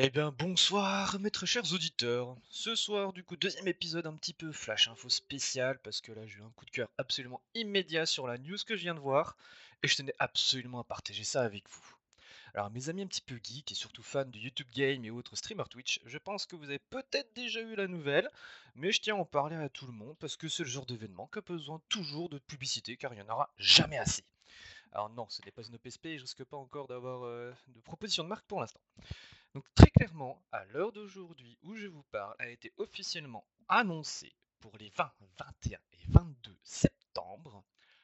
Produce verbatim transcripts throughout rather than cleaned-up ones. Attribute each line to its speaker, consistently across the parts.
Speaker 1: Eh bien, bonsoir, mes très chers auditeurs. Ce soir, du coup, deuxième épisode un petit peu flash info spécial, parce que là, j'ai eu un coup de cœur absolument immédiat sur la news que je viens de voir, et je tenais absolument à partager ça avec vous. Alors, mes amis un petit peu geeks et surtout fans de YouTube Game et autres streamers Twitch, je pense que vous avez peut-être déjà eu la nouvelle, mais je tiens à en parler à tout le monde, parce que c'est le genre d'événement qui a besoin toujours de publicité, car il n'y en aura jamais assez. Alors non, ce n'est pas une O P S P, et je risque pas encore d'avoir euh, de proposition de marque pour l'instant. Donc très clairement, à l'heure d'aujourd'hui où je vous parle, a été officiellement annoncé pour les vingt, vingt et un et vingt-deux septembre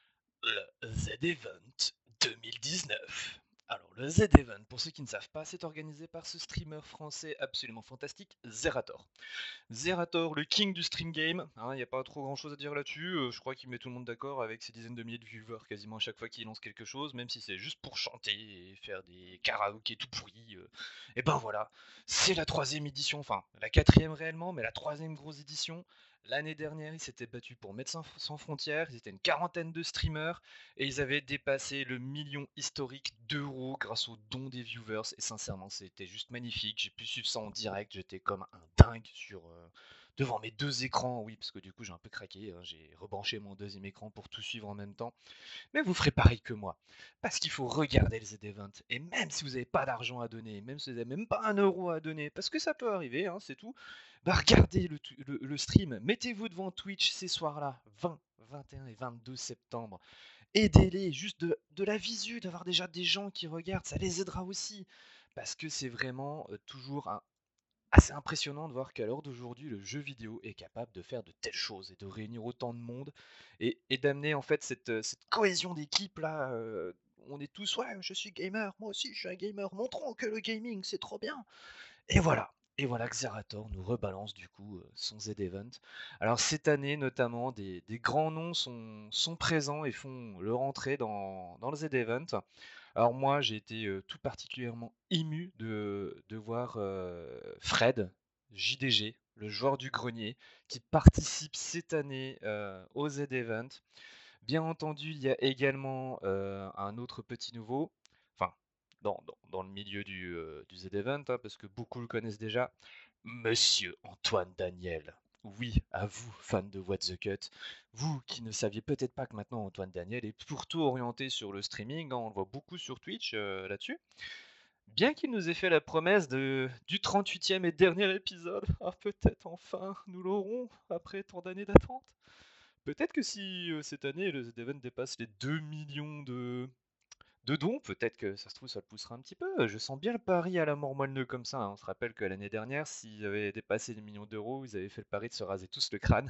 Speaker 1: le Z-Event deux mille dix-neuf. Alors le Z-Event, pour ceux qui ne savent pas, c'est organisé par ce streamer français absolument fantastique, Zerator. Zerator, le king du stream game, il hein, n'y a pas trop grand chose à dire là-dessus, euh, je crois qu'il met tout le monde d'accord avec ses dizaines de milliers de viewers quasiment à chaque fois qu'il lance quelque chose, même si c'est juste pour chanter et faire des karaokés tout pourris. euh. Et ben voilà, c'est la troisième édition, enfin la quatrième réellement, mais la troisième grosse édition. L'année dernière, ils s'étaient battus pour Médecins sans frontières, ils étaient une quarantaine de streamers, et ils avaient dépassé le million historique d'euros grâce aux dons des viewers, et sincèrement c'était juste magnifique, j'ai pu suivre ça en direct, j'étais comme un dingue sur, euh, devant mes deux écrans, oui, parce que du coup j'ai un peu craqué, hein, j'ai rebranché mon deuxième écran pour tout suivre en même temps. Mais vous ferez pareil que moi, parce qu'il faut regarder les Z-Event, et même si vous n'avez pas d'argent à donner, même si vous n'avez même pas un euro à donner, parce que ça peut arriver, hein, c'est tout, bah regardez le, le- le stream, mettez-vous devant Twitch ces soirs-là, vingt, vingt et un et vingt-deux septembre, aidez-les, juste de, de la visu, d'avoir déjà des gens qui regardent, ça les aidera aussi, parce que c'est vraiment euh, toujours un assez impressionnant de voir qu'à l'heure d'aujourd'hui, le jeu vidéo est capable de faire de telles choses et de réunir autant de monde et, et d'amener en fait cette, euh, cette cohésion d'équipe là. euh, on est tous, ouais, je suis gamer, moi aussi je suis un gamer, montrons que le gaming c'est trop bien. Et voilà. Et voilà que Zerator nous rebalance du coup euh, son Z-Event. Alors cette année notamment, des, des grands noms sont, sont présents et font leur entrée dans, dans le Z-Event. Alors moi, j'ai été euh, tout particulièrement ému de, de voir euh, Fred, J D G, le joueur du grenier, qui participe cette année euh, au Z-Event. Bien entendu, il y a également euh, un autre petit nouveau, enfin, dans, dans- dans le milieu du, euh, du Z-Event, hein, parce que beaucoup le connaissent déjà, Monsieur Antoine Daniel. Oui, à vous, fans de What the Cut, vous qui ne saviez peut-être pas que maintenant Antoine Daniel est surtout orienté sur le streaming, hein, on le voit beaucoup sur Twitch euh, là-dessus. Bien qu'il nous ait fait la promesse de, du trente-huitième et dernier épisode, ah peut-être enfin nous l'aurons après tant d'années d'attente. Peut-être que si euh, cette année le Z-Event dépasse les deux millions de, de dons, peut-être que ça se trouve ça le poussera un petit peu. Je sens bien le pari à la mort moelleux comme ça, hein. On se rappelle que l'année dernière, s'ils avaient dépassé les millions d'euros, ils avaient fait le pari de se raser tous le crâne.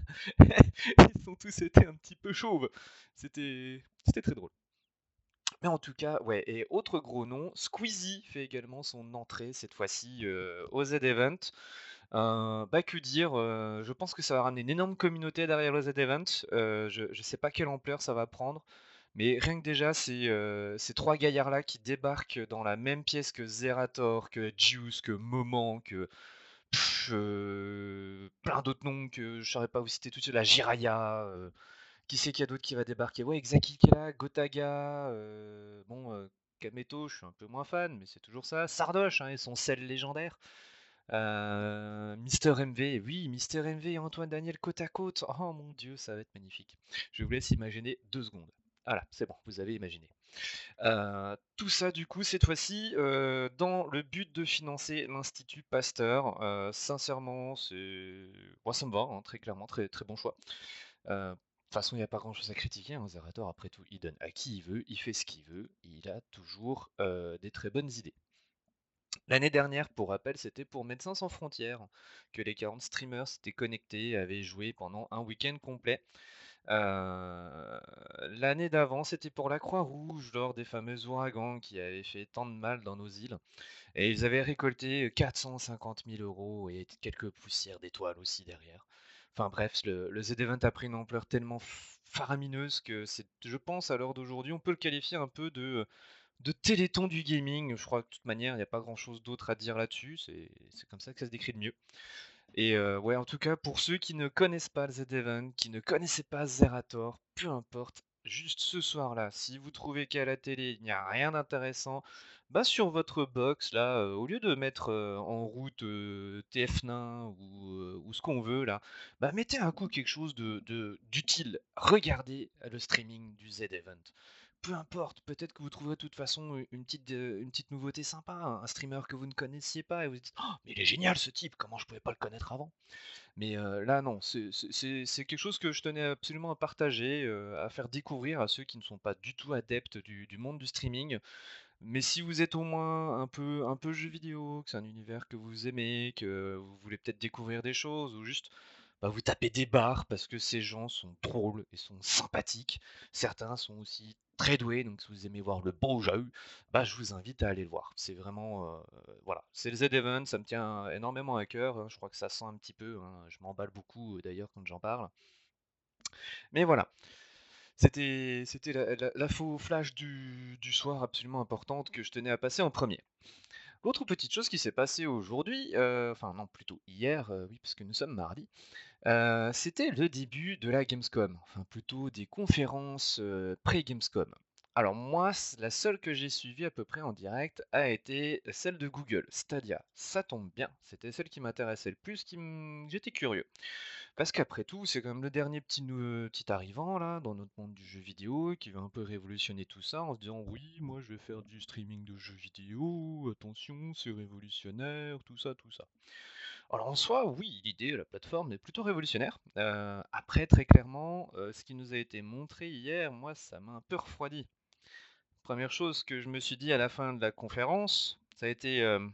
Speaker 1: Ils ont tous été un petit peu chauves. C'était c'était très drôle. Mais en tout cas, ouais, et autre gros nom, Squeezie fait également son entrée cette fois-ci euh, au Z-Event. Euh, bah que dire, euh, je pense que ça va ramener une énorme communauté derrière le Z-Event. Euh, je, je sais pas quelle ampleur ça va prendre, mais rien que déjà, c'est euh, ces trois gaillards-là qui débarquent dans la même pièce que Zerator, que Juice, que Moment, que pff, euh, plein d'autres noms que je saurais pas vous citer tout de suite, la Jiraya. euh, qui c'est qu'il y a d'autre qui va débarquer? Ouais, Xaki qui est là, Gotaga, euh, bon, euh, Kameto, je suis un peu moins fan, mais c'est toujours ça. Sardoche, hein, et son sel légendaire. Euh, Mister M V, oui, Mister M V et Antoine Daniel côte à côte. Oh mon dieu, ça va être magnifique. Je vous laisse imaginer deux secondes. Voilà, c'est bon, vous avez imaginé. Euh, tout ça, du coup, cette fois-ci, euh, dans le but de financer l'Institut Pasteur. Euh, sincèrement, c'est. Moi, ça me va, hein, très clairement, très, très bon choix. Euh, de toute façon, il n'y a pas grand-chose à critiquer, hein. Zerator, après tout, il donne à qui il veut, il fait ce qu'il veut, il a toujours euh, des très bonnes idées. L'année dernière, pour rappel, c'était pour Médecins sans frontières que les quarante streamers s'étaient connectés et avaient joué pendant un week-end complet. Euh, L'année d'avant, c'était pour la Croix-Rouge lors des fameux ouragans qui avaient fait tant de mal dans nos îles. Et ils avaient récolté quatre cent cinquante mille euros et quelques poussières d'étoiles aussi derrière. Enfin bref, le, le Z-Event a pris une ampleur tellement f- faramineuse que c'est, je pense, à l'heure d'aujourd'hui, on peut le qualifier un peu de, de téléthon du gaming. Je crois que de toute manière, il n'y a pas grand-chose d'autre à dire là-dessus. C'est, c'est comme ça que ça se décrit de mieux. Et euh, ouais, en tout cas, pour ceux qui ne connaissent pas le Z-Event, qui ne connaissaient pas Zerator, peu importe, juste ce soir-là, si vous trouvez qu'à la télé, il n'y a rien d'intéressant, bah, sur votre box là, heu, au lieu de mettre, heu, en route, heu, T F un ou, heu, ou ce qu'on veut là, bah, mettez un coup quelque chose de de d'utile. Regardez le streaming du Z-Event. Peu importe, peut-être que vous trouverez de toute façon u une petite, heu, une petite nouveauté sympa, un un streamer que vous ne connaissiez pas et vous dites: «Oh, mais il est génial ce type, comment je pouvais pas le connaître avant?» Mais heu, là non, c'est c'est c'est c'est quelque chose que je tenais absolument à partager, heu, à faire découvrir à ceux qui ne sont pas du tout adeptes du du monde du streaming. Mais si vous êtes au moins un peu un peu jeux vidéo, que c'est un univers que vous aimez, que vous voulez peut-être découvrir des choses ou juste, bah, vous tapez des barres parce que ces gens sont drôles et sont sympathiques. Certains sont aussi très doués, donc si vous aimez voir le beau jeu, bah, je vous invite à aller le voir. C'est vraiment, heu, voilà, c'est le Z-Event, ça me tient énormément à cœur, hein, je crois que ça sent un petit peu, hein, je m'emballe beaucoup, heu, d'ailleurs quand j'en parle. Mais voilà, c'était c'était la la l'info flash du du soir absolument importante que je tenais à passer en premier. L'autre petite chose qui s'est passée aujourd'hui, heu, enfin non plutôt hier, heu, oui parce que nous sommes mardi, heu, c'était le début de la Gamescom, enfin plutôt des conférences, heu, pré-Gamescom. Alors moi, c la seule que j'ai suivie à peu près en direct a été celle de Google, Stadia. Ça tombe bien, c'était celle qui m'intéressait le plus, qui m j'étais curieux. Parce qu'après tout, c'est quand même le dernier petit nou petit arrivant là, dans notre monde du jeu vidéo, qui va un peu révolutionner tout ça en se disant: «Oui, moi je vais faire du streaming de jeux vidéo, attention, c'est révolutionnaire», tout ça, tout ça. Alors en soi, oui, l'idée, la plateforme est plutôt révolutionnaire. Heu, après très clairement, heu, ce qui nous a été montré hier, moi ça m'a un peu refroidi. Première chose que je me suis dit à la fin de la conférence, ça a été, hem,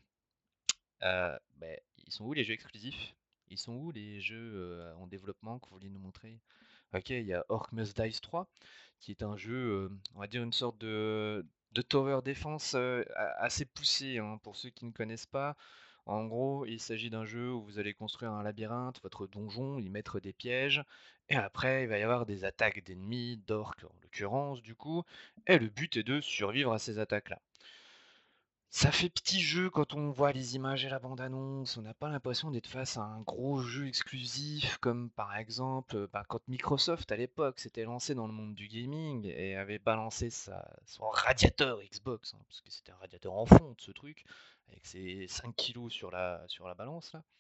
Speaker 1: heu, beh, ils sont où les jeux exclusifs? Ils sont où les jeux, heu, en développement que vous vouliez nous montrer? OK, il y a Orc Must Dies trois, qui est un jeu, heu, on va dire une sorte de de tower defense, heu, a assez poussé, hein, pour ceux qui ne connaissent pas. En gros, il s'agit d'un jeu où vous allez construire un labyrinthe, votre donjon, y mettre des pièges, et après il va y avoir des attaques d'ennemis, d'orques en l'occurrence du coup, et le but est de survivre à ces attaques-là. Ça fait petit jeu quand on voit les images et la bande-annonce, on n'a pas l'impression d'être face à un gros jeu exclusif comme par exemple, heu, bah, quand Microsoft à l'époque s'était lancé dans le monde du gaming et avait balancé sa son radiateur Xbox, hein, parce que c'était un radiateur en fonte ce truc, avec ses cinq kilos sur la sur la balance là.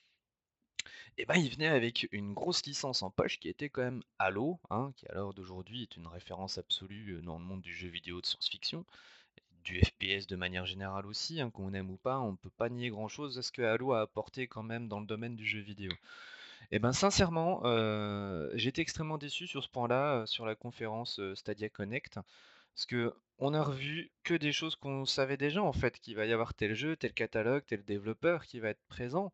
Speaker 1: Et ben, il venait avec une grosse licence en poche qui était quand même Halo, hein, qui à l'heure d'aujourd'hui est une référence absolue, heu, dans le monde du jeu vidéo de science-fiction. Du F P S de manière générale aussi, hein, qu'on aime ou pas, on peut pas nier grand-chose à ce que Halo a apporté quand même dans le domaine du jeu vidéo. Et ben sincèrement, heu, j'ai été extrêmement déçu sur ce point-là, heu, sur la conférence, heu, Stadia Connect, parce que on a revu que des choses qu'on savait déjà en fait, qu'il va y avoir tel jeu, tel catalogue, tel développeur qui va être présent,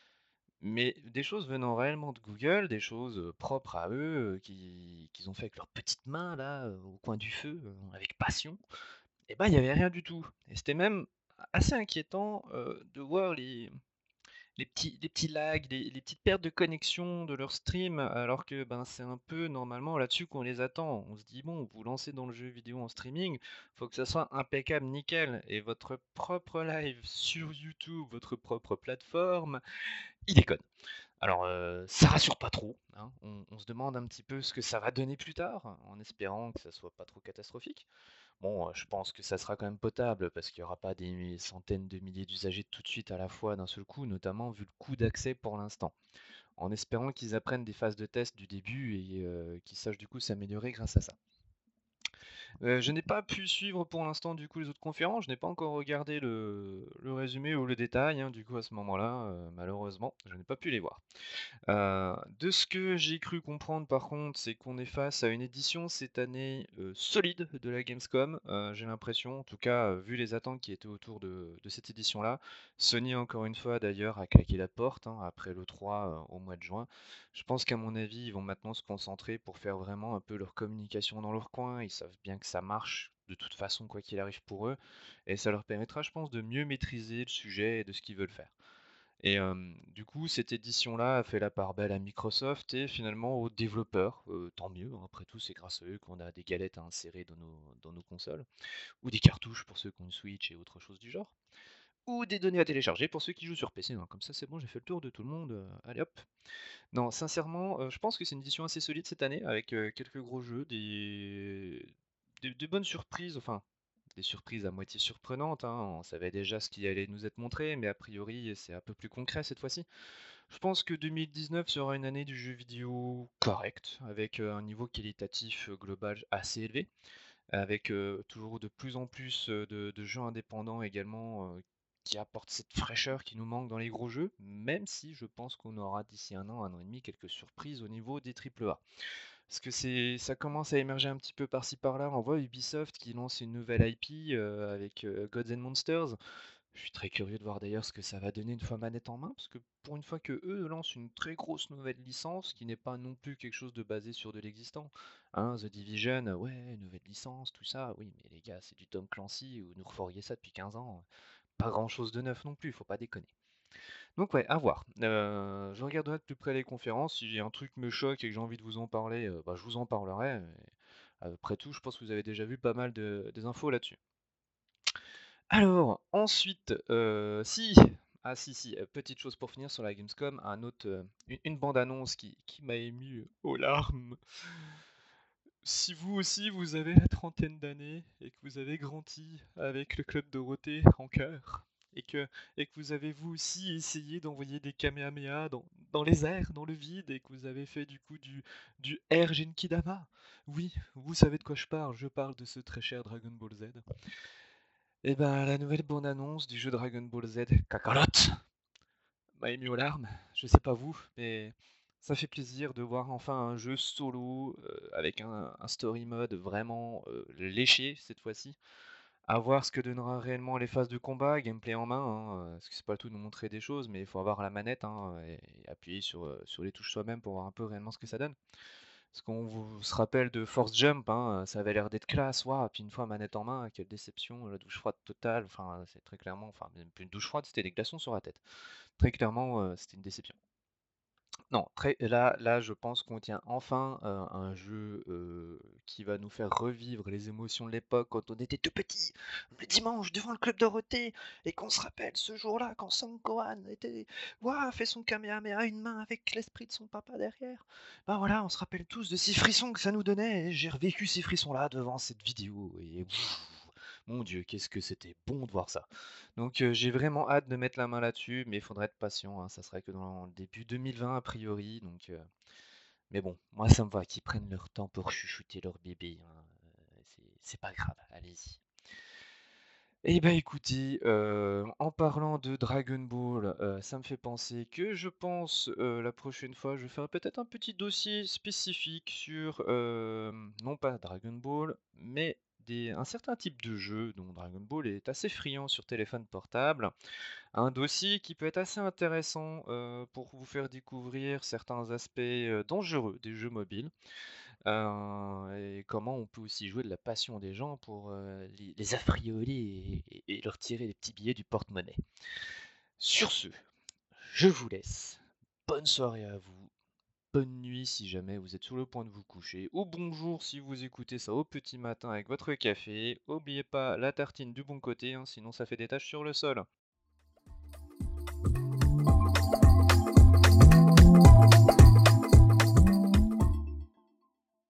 Speaker 1: mais des choses venant réellement de Google, des choses, heu, propres à eux, heu, qui qu'ils ont fait avec leurs petites mains là, heu, au coin du feu, heu, avec passion. Et ben, il y avait rien du tout et c'était même assez inquiétant, heu, de voir les les petits les petits lags, les les petites pertes de connexion de leur stream, alors que, ben, c'est un peu normalement là-dessus qu'on les attend. On se dit: «Bon, vous vous lancez dans le jeu vidéo en streaming, faut que ça soit impeccable, nickel» et votre propre live sur YouTube, votre propre plateforme, il déconne. Alors, heu, ça rassure pas trop, hein. On on se demande un petit peu ce que ça va donner plus tard, en espérant que ça soit pas trop catastrophique. Bon, heu, je pense que ça sera quand même potable parce qu'il y aura pas des centaines de milliers d'usagers tout de suite à la fois d'un seul coup, notamment vu le coût d'accès pour l'instant. En espérant qu'ils apprennent des phases de test du début et heu, qu'ils sachent du coup s'améliorer grâce à ça. Heu, je n'ai pas pu suivre pour l'instant du coup les autres conférences, je n'ai pas encore regardé le le résumé ou le détail, hein, du coup à ce moment-là, heu, malheureusement, je n'ai pas pu les voir. Heu, de ce que j'ai cru comprendre par contre, c'est qu'on est face à une édition cette année, heu, solide de la Gamescom, heu, j'ai l'impression, en tout cas, heu, vu les attentes qui étaient autour de de cette édition-là. Sony encore une fois d'ailleurs a claqué la porte, hein, après l'E trois, heu, au mois de juin. Je pense qu'à mon avis, ils vont maintenant se concentrer pour faire vraiment un peu leur communication dans leur coin. Ils savent bien que ça marche de toute façon quoi qu'il arrive pour eux et ça leur permettra je pense de mieux maîtriser le sujet et de ce qu'ils veulent faire. Et hem, du coup, cette édition-là a fait la part belle à Microsoft et finalement aux développeurs, heu, tant mieux, hein, après tout, c'est grâce à eux qu'on a des galettes à insérer dans nos dans nos consoles ou des cartouches pour ceux qui ont une Switch et autre chose du genre. ou des données à télécharger pour ceux qui jouent sur P C, hein. Comme ça, c'est bon, j'ai fait le tour de tout le monde, heu, allez hop. Non, sincèrement, heu, je pense que c'est une édition assez solide cette année avec, heu, quelques gros jeux, des des des bonnes surprises, enfin, des surprises à moitié surprenantes, hein. On savait déjà ce qui allait nous être montré, mais a priori, c'est un peu plus concret cette fois-ci. Je pense que deux mille dix-neuf sera une année du jeu vidéo correct, avec, heu, un niveau qualitatif, heu, global assez élevé, avec, heu, toujours de plus en plus, heu, de de jeux indépendants également, heu, qui apportent cette fraîcheur qui nous manque dans les gros jeux, même si je pense qu'on aura d'ici un an, un an et demi, quelques surprises au niveau des triple A. Parce que c'est ça commence à émerger un petit peu par-ci par-là. On voit Ubisoft qui lance une nouvelle I P, heu, avec, heu, Gods and Monsters. Je suis très curieux de voir d'ailleurs ce que ça va donner une fois manette en main, parce que pour une fois que eux lancent une très grosse nouvelle licence, qui n'est pas non plus quelque chose de basé sur de l'existant. Hein, The Division, euh, ouais, nouvelle licence, tout ça, oui, mais les gars, c'est du Tom Clancy, ou nous referiez ça depuis quinze ans. Pas grand-chose de neuf non plus, faut pas déconner. Donc ouais, à voir. Euh, je regarderai de plus près les conférences, si j'ai un truc me choque et que j'ai envie de vous en parler, euh, bah, je vous en parlerai. Après tout, je pense que vous avez déjà vu pas mal de, des infos là-dessus. Alors, ensuite, heu, si, ah si, si, heu, petite chose pour finir sur la Gamescom, un autre, heu, une une bande annonce qui qui m'a ému aux larmes. Si vous aussi, vous avez la trentaine d'années et que vous avez grandi avec le Club Dorothée en cœur et que et que vous avez vous aussi essayé d'envoyer des kamehameha dans dans les airs, dans le vide et que vous avez fait du coup du du Air Genkidama. Oui, vous savez de quoi je parle, je parle de ce très cher Dragon Ball Z. Et ben, la nouvelle bande-annonce du jeu Dragon Ball Z Kakarot m'a ému aux larmes. Je sais pas vous, mais ça fait plaisir de voir enfin un jeu solo euh, avec un, un story mode vraiment euh, léché cette fois-ci. À voir ce que donnera réellement les phases de combat, gameplay en main, hein, euh, parce que c'est pas le tout de nous montrer des choses, mais il faut avoir la manette hein, et, et appuyer sur, euh, sur les touches soi-même pour voir un peu réellement ce que ça donne. Parce qu'on vous se rappelle de Force Jump, hein, ça avait l'air d'être classe, waouh, puis une fois manette en main, quelle déception, la douche froide totale, enfin c'est très clairement, enfin même plus une douche froide, c'était des glaçons sur la tête. Très clairement, euh, c'était une déception. Non, très, là, là, je pense qu'on tient enfin euh, un jeu euh, qui va nous faire revivre les émotions de l'époque quand on était tout petit, le dimanche devant le club Dorothée, et qu'on se rappelle ce jour-là quand Son Gohan était, ouah, fait son Kamehameha à une main avec l'esprit de son papa derrière. Ben voilà, on se rappelle tous de ces frissons que ça nous donnait, et j'ai revécu ces frissons-là devant cette vidéo, et pff, mon Dieu, qu'est-ce que c'était bon de voir ça. Donc euh, j'ai vraiment hâte de mettre la main là-dessus, mais il faudra être patient, hein, ça serait que dans le début deux mille vingt a priori. Donc, euh, mais bon, moi ça me va qu'ils prennent leur temps pour chuchoter leur bébé, hein, euh, c'est c'est pas grave, allez-y. Eh ben écoutez, euh, en parlant de Dragon Ball, euh, ça me fait penser que je pense euh, la prochaine fois, je ferai peut-être un petit dossier spécifique sur, euh, non pas Dragon Ball, mais des, un certain type de jeu dont Dragon Ball est assez friand sur téléphone portable. Un dossier qui peut être assez intéressant euh, pour vous faire découvrir certains aspects euh, dangereux des jeux mobiles. Euh, et comment on peut aussi jouer de la passion des gens pour euh, les, les affrioler et, et- et leur tirer des petits billets du porte-monnaie. Sur ce, je vous laisse. Bonne soirée à vous. Bonne nuit si jamais vous êtes sur le point de vous coucher. Ou bonjour si vous écoutez ça au petit matin avec votre café. N'oubliez pas la tartine du bon côté, hein, sinon ça fait des taches sur le sol.